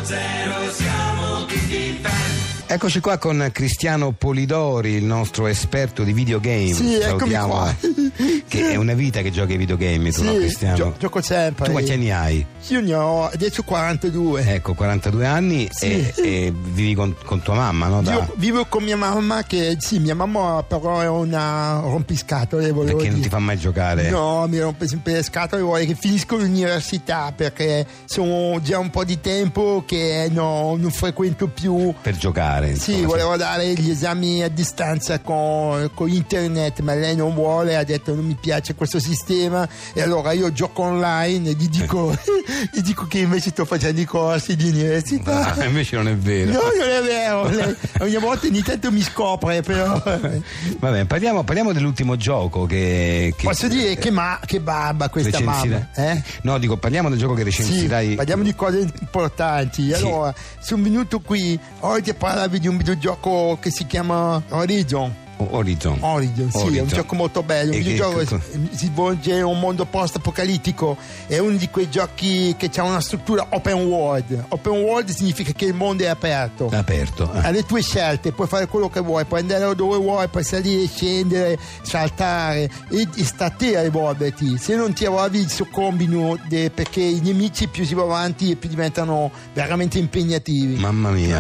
610 siamo tutti fan. Eccoci qua con Cristiano Polidori, il nostro esperto di videogame. Sì, eccomi salutiamo, qua. Che è una vita che giochi ai videogame, tu, Sì, no, Cristiano? gioco sempre. Tu quanti anni hai? Io ne ho adesso 42. Ecco, 42 anni. Sì. E vivi con tua mamma, no? Io vivo con mia mamma, che sì, mia mamma però è una rompiscatole, volevo Perché non ti dire. fa mai giocare? No, mi rompe sempre le scatole, vuole che finisco l'università perché sono già un po' di tempo che non frequento più. Per giocare, Sì, insomma, volevo dare gli esami a distanza con internet, ma lei non vuole, ha detto non mi piace questo sistema, e allora io gioco online e gli dico che invece sto facendo i corsi di università. Ah, invece non è vero. No, non è vero, lei ogni volta ogni tanto mi scopre, però. Vabbè, parliamo dell'ultimo gioco che Posso dire che barba questa recensirai. mamma, No, dico, parliamo del gioco che recensirai. Sì, parliamo di cose importanti. Allora, sono venuto qui oggi a parlarvi di un videogioco che si chiama Horizon. Horizon. Sì, è un gioco molto bello. Un videogioco si svolge in un mondo post-apocalittico. È uno di quei giochi che ha una struttura open world. Open world significa che il mondo è aperto. Ha le tue scelte, puoi fare quello che vuoi, puoi andare dove vuoi, puoi salire, scendere, saltare e sta a te a evolverti. Se non ti evolvi soccombi, perché i nemici più si va avanti e più diventano veramente impegnativi. Mamma mia.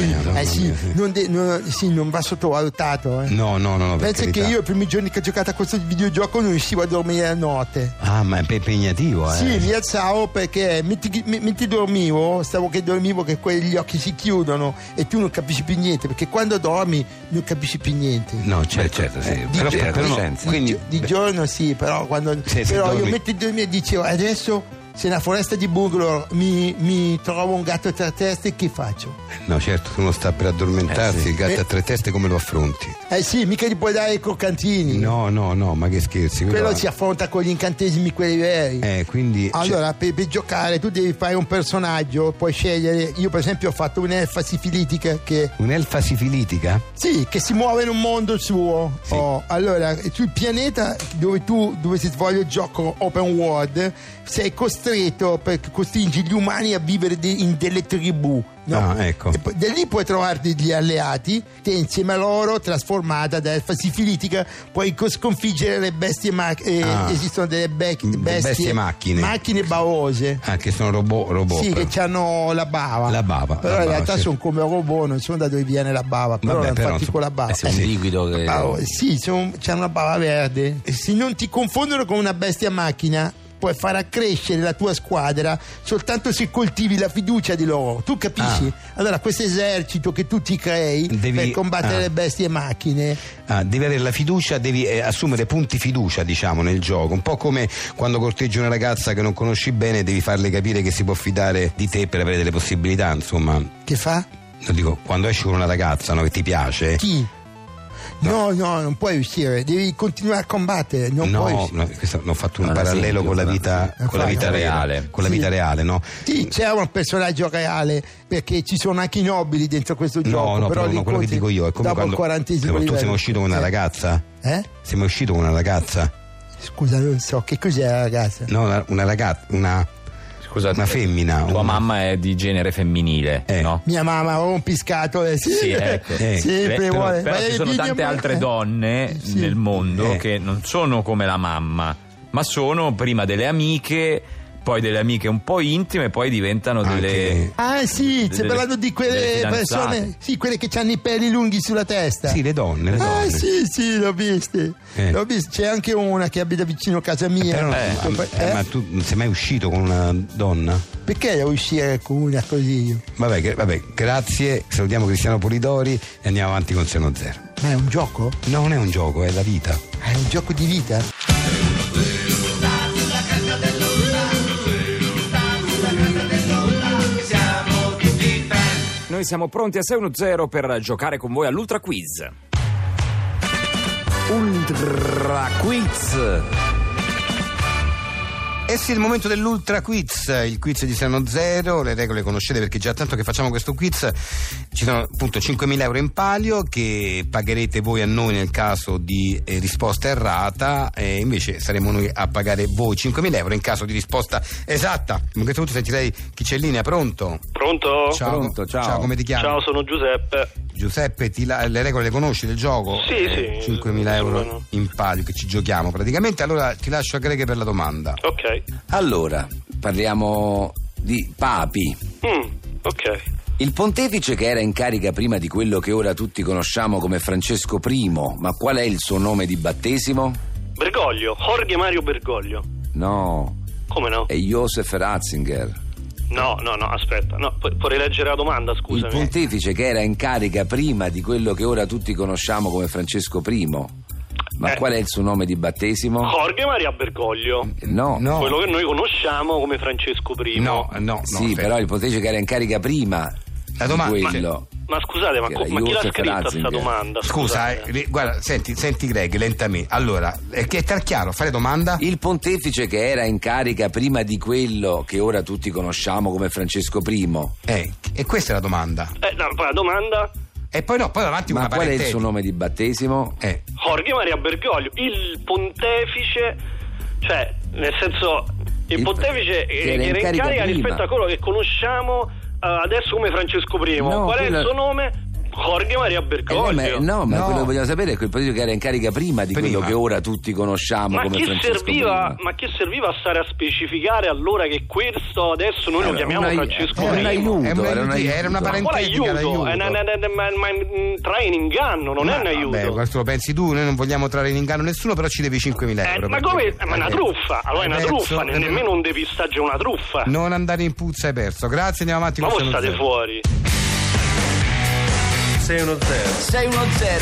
Non va sottovalutato. No. Pensa che io i primi giorni che ho giocato a questo videogioco non riuscivo a dormire la notte. Ah, ma è impegnativo, Sì, mi alzavo perché mentre dormivo, che gli occhi si chiudono e tu non capisci più niente, perché quando dormi non capisci più niente. No, certo, sì. Quindi di giorno sì, però quando io mentre dormivo dicevo adesso se nella foresta di Bugler mi trovo un gatto a tre teste, che faccio? No, certo, uno sta per addormentarsi, il gatto a tre teste come lo affronti? Sì, mica gli puoi dare i croccantini. No, ma che scherzi. Quello si affronta con gli incantesimi, quelli veri. Quindi allora, per giocare tu devi fare un personaggio, puoi scegliere. Io per esempio ho fatto un'elfa sifilitica che... Un'elfa sifilitica? Sì, che si muove in un mondo suo. Sì. Allora, sul pianeta dove si svolge il gioco open world, sei costretto, perché costringi gli umani a vivere in delle tribù. No? Ecco. E poi, da lì puoi trovarti degli alleati, te insieme a loro, trasformata da elfa sifilitica, puoi sconfiggere le bestie esistono delle bestie macchine bavose. Che sono robot. Sì, che hanno la bava. Però in realtà sono come robot, non sono da dove viene la bava. Però infatti con la bava. È un liquido che... Sì, c'hanno una bava verde. E se non ti confondono con una bestia macchina, puoi far accrescere la tua squadra soltanto se coltivi la fiducia di loro. Tu capisci? Allora questo esercito che tu ti crei per combattere le bestie e macchine, devi avere la fiducia, devi assumere punti fiducia, diciamo, nel gioco, un po' come quando corteggi una ragazza che non conosci bene, devi farle capire che si può fidare di te per avere delle possibilità, insomma. Che fa? Lo dico, quando esci con una ragazza, no, che ti piace. Chi? No, non puoi uscire, devi continuare a combattere. Questo ho fatto un parallelo con la vita reale. Con la vita reale, no? Sì, c'è un personaggio reale, perché ci sono anche i nobili dentro questo gioco. No, però quello che dico io è come quando tu sei mai uscito con una ragazza? Sei mai uscito con una ragazza? Scusa, non so, che cos'è la ragazza? No, una ragazza, una femmina. Tua mamma è di genere femminile, no? Mia mamma rompiscatole, sì, ecco. Sempre vuole. Però ci sono tante altre donne nel mondo che non sono come la mamma, ma sono prima delle amiche, poi delle amiche un po' intime, poi diventano delle... stai parlando di quelle persone, sì, quelle che hanno i peli lunghi sulla testa. Sì, le donne. Sì, l'ho viste. C'è anche una che abita vicino a casa mia. Ma tu non sei mai uscito con una donna? Perché devo uscire con una così? Vabbè, grazie. Salutiamo Cristiano Polidori e andiamo avanti con Seno Zero. Ma è un gioco? No, non è un gioco, è la vita. È un gioco di vita? Noi siamo pronti a 610 per giocare con voi all'Ultra Quiz. Ultra Quiz. E sì, il momento dell'Ultra Quiz, il quiz di 610, le regole conoscete perché già tanto che facciamo questo quiz, ci sono appunto 5.000 euro in palio che pagherete voi a noi nel caso di risposta errata, e invece saremo noi a pagare voi 5.000 euro in caso di risposta esatta. In questo punto sentirei chi c'è in linea. Pronto? Pronto? Ciao. Pronto, ciao. Ciao, come ti chiami? Ciao, sono Giuseppe. Giuseppe, le regole le conosci del gioco? Sì, sì. 5.000 euro in palio che ci giochiamo praticamente. Allora ti lascio a Greghe per la domanda. Ok. Allora, parliamo di papi. Ok. Il pontefice che era in carica prima di quello che ora tutti conosciamo come Francesco I, ma qual è il suo nome di battesimo? Bergoglio, Jorge Mario Bergoglio. No. Come no? È Josef Ratzinger. No, aspetta. No, puoi rileggere la domanda, scusami. Il pontefice che era in carica prima di quello che ora tutti conosciamo come Francesco I, ma qual è il suo nome di battesimo? Jorge Maria Bergoglio. No. Quello che noi conosciamo come Francesco I. No. Sì, però il pontefice che era in carica prima la domanda, di quello. Ma scusate, ma chi l'ha scritta questa domanda? Scusa, guarda, senti Greg, lentamente. Allora, è chiaro, fare domanda? Il pontefice che era in carica prima di quello che ora tutti conosciamo come Francesco I. E questa è la domanda. No, poi la domanda... E poi davanti ma una qual è il suo nome di battesimo? Jorge Maria Bergoglio, il pontefice, cioè, nel senso, il pontefice che era in carica rispetto a quello che conosciamo adesso come Francesco I. No, qual è il suo nome? Jorge Maria Bergoglio. No, quello che vogliamo sapere è quel pontefice che era in carica prima di quello che ora tutti conosciamo come Francesco I. Ma che serviva a stare a specificare allora che questo adesso noi lo chiamiamo Francesco I? Era una parentetica d'aiuto. Trae in inganno, non è un aiuto. Beh, questo lo pensi tu, noi non vogliamo trarre in inganno nessuno, però ci devi 5.000 euro. Ma come? Ma è una truffa, allora è una truffa, nemmeno un depistaggio è una truffa. Non andare in puzza, hai perso. Grazie, andiamo avanti. Ma voi state fuori. 610.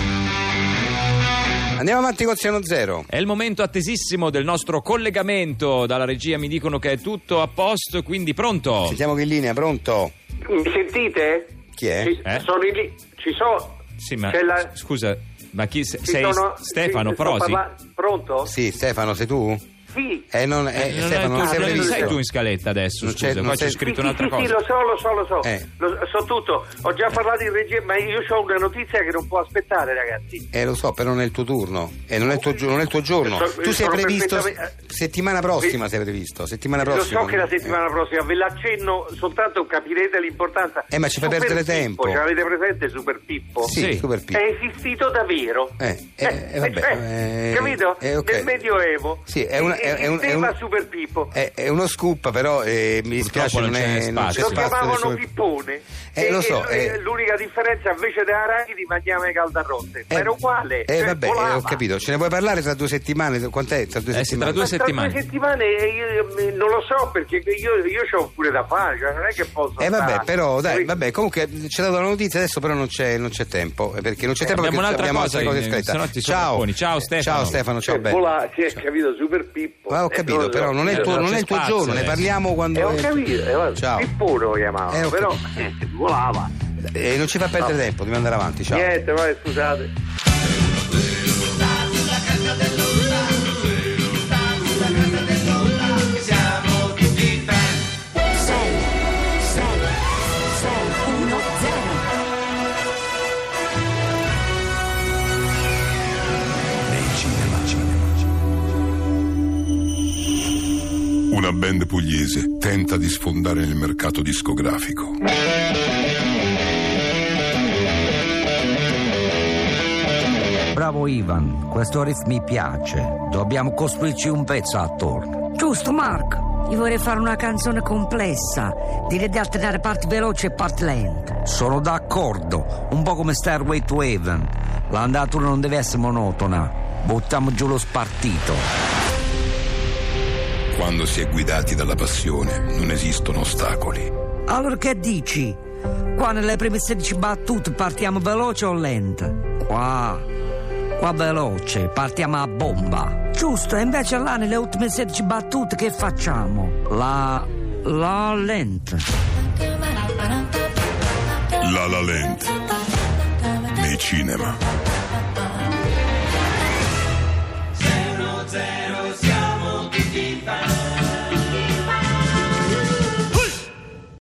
Andiamo avanti con 610. È il momento attesissimo del nostro collegamento. Dalla regia mi dicono che è tutto a posto, quindi pronto? Sentiamo che in linea, pronto? Mi sentite? Chi è? Sono lì, ci sono. Sì, ma c'è scusa, ma chi sei? Stefano Prosi? Pronto? Sì, Stefano, sei tu? Sì. Stefano, non sei previsto. sei tu in scaletta adesso, scusa, qua c'è scritto un'altra cosa. Sì, lo so. So tutto. Ho già parlato in regia, ma io ho una notizia che non può aspettare, ragazzi. Lo so, però non è il tuo turno. Non è il tuo giorno. Tu sei previsto settimana prossima, sei previsto. Settimana prossima. Lo so che la settimana prossima, ve l'accenno, soltanto capirete l'importanza. Ma ci fai perdere tempo. Ce l'avete presente Super Pippo? Sì, Super Pippo. È esistito davvero. Vabbè. Capito? Okay. Nel Medioevo. Sì, è Super Pippo. È uno scoop, però mi dispiace, non c'è spazio. Lo chiamavano Pippone. Lo so. L'unica differenza, invece dei arachidi mangiava le caldarroste. Ma era uguale. Vabbè, ho capito. Ce ne vuoi parlare tra 2 settimane? Quant'è? Tra 2 settimane? Tra 2 settimane. Tra 2 settimane io non lo so, perché io c'ho pure da fare, cioè non è che posso. Vabbè, però dai, comunque ci ha dato la notizia, adesso però non c'è tempo, perché non c'è tempo, abbiamo perché un'altra abbiamo cosa altre cose scritte. Ciao Stefano. Ciao bello. Si è capito, Super Pippo. Ho capito, però non è il tuo giorno, ne parliamo quando. Ho capito, ciao. Pippone lo chiamava, però volava. Non ci fa perdere tempo, dobbiamo andare avanti. Ciao. Niente, vai, scusate. Siamo tutti fan. 610. Una band pugliese tenta di sfondare nel mercato discografico. Bravo Ivan, questo riff mi piace. Dobbiamo costruirci un pezzo attorno. Giusto, Mark. Io vorrei fare una canzone complessa. Direi di alternare parti veloci e parti lente. Sono d'accordo, un po' come Stairway to Heaven. L'andatura non deve essere monotona. Buttiamo giù lo spartito. Quando si è guidati dalla passione non esistono ostacoli. Allora che dici? Qua nelle prime 16 battute partiamo veloce o lente? Qua veloce, partiamo a bomba. Giusto, e invece là nelle ultime 16 battute che facciamo? La lente. La Land nei cinema.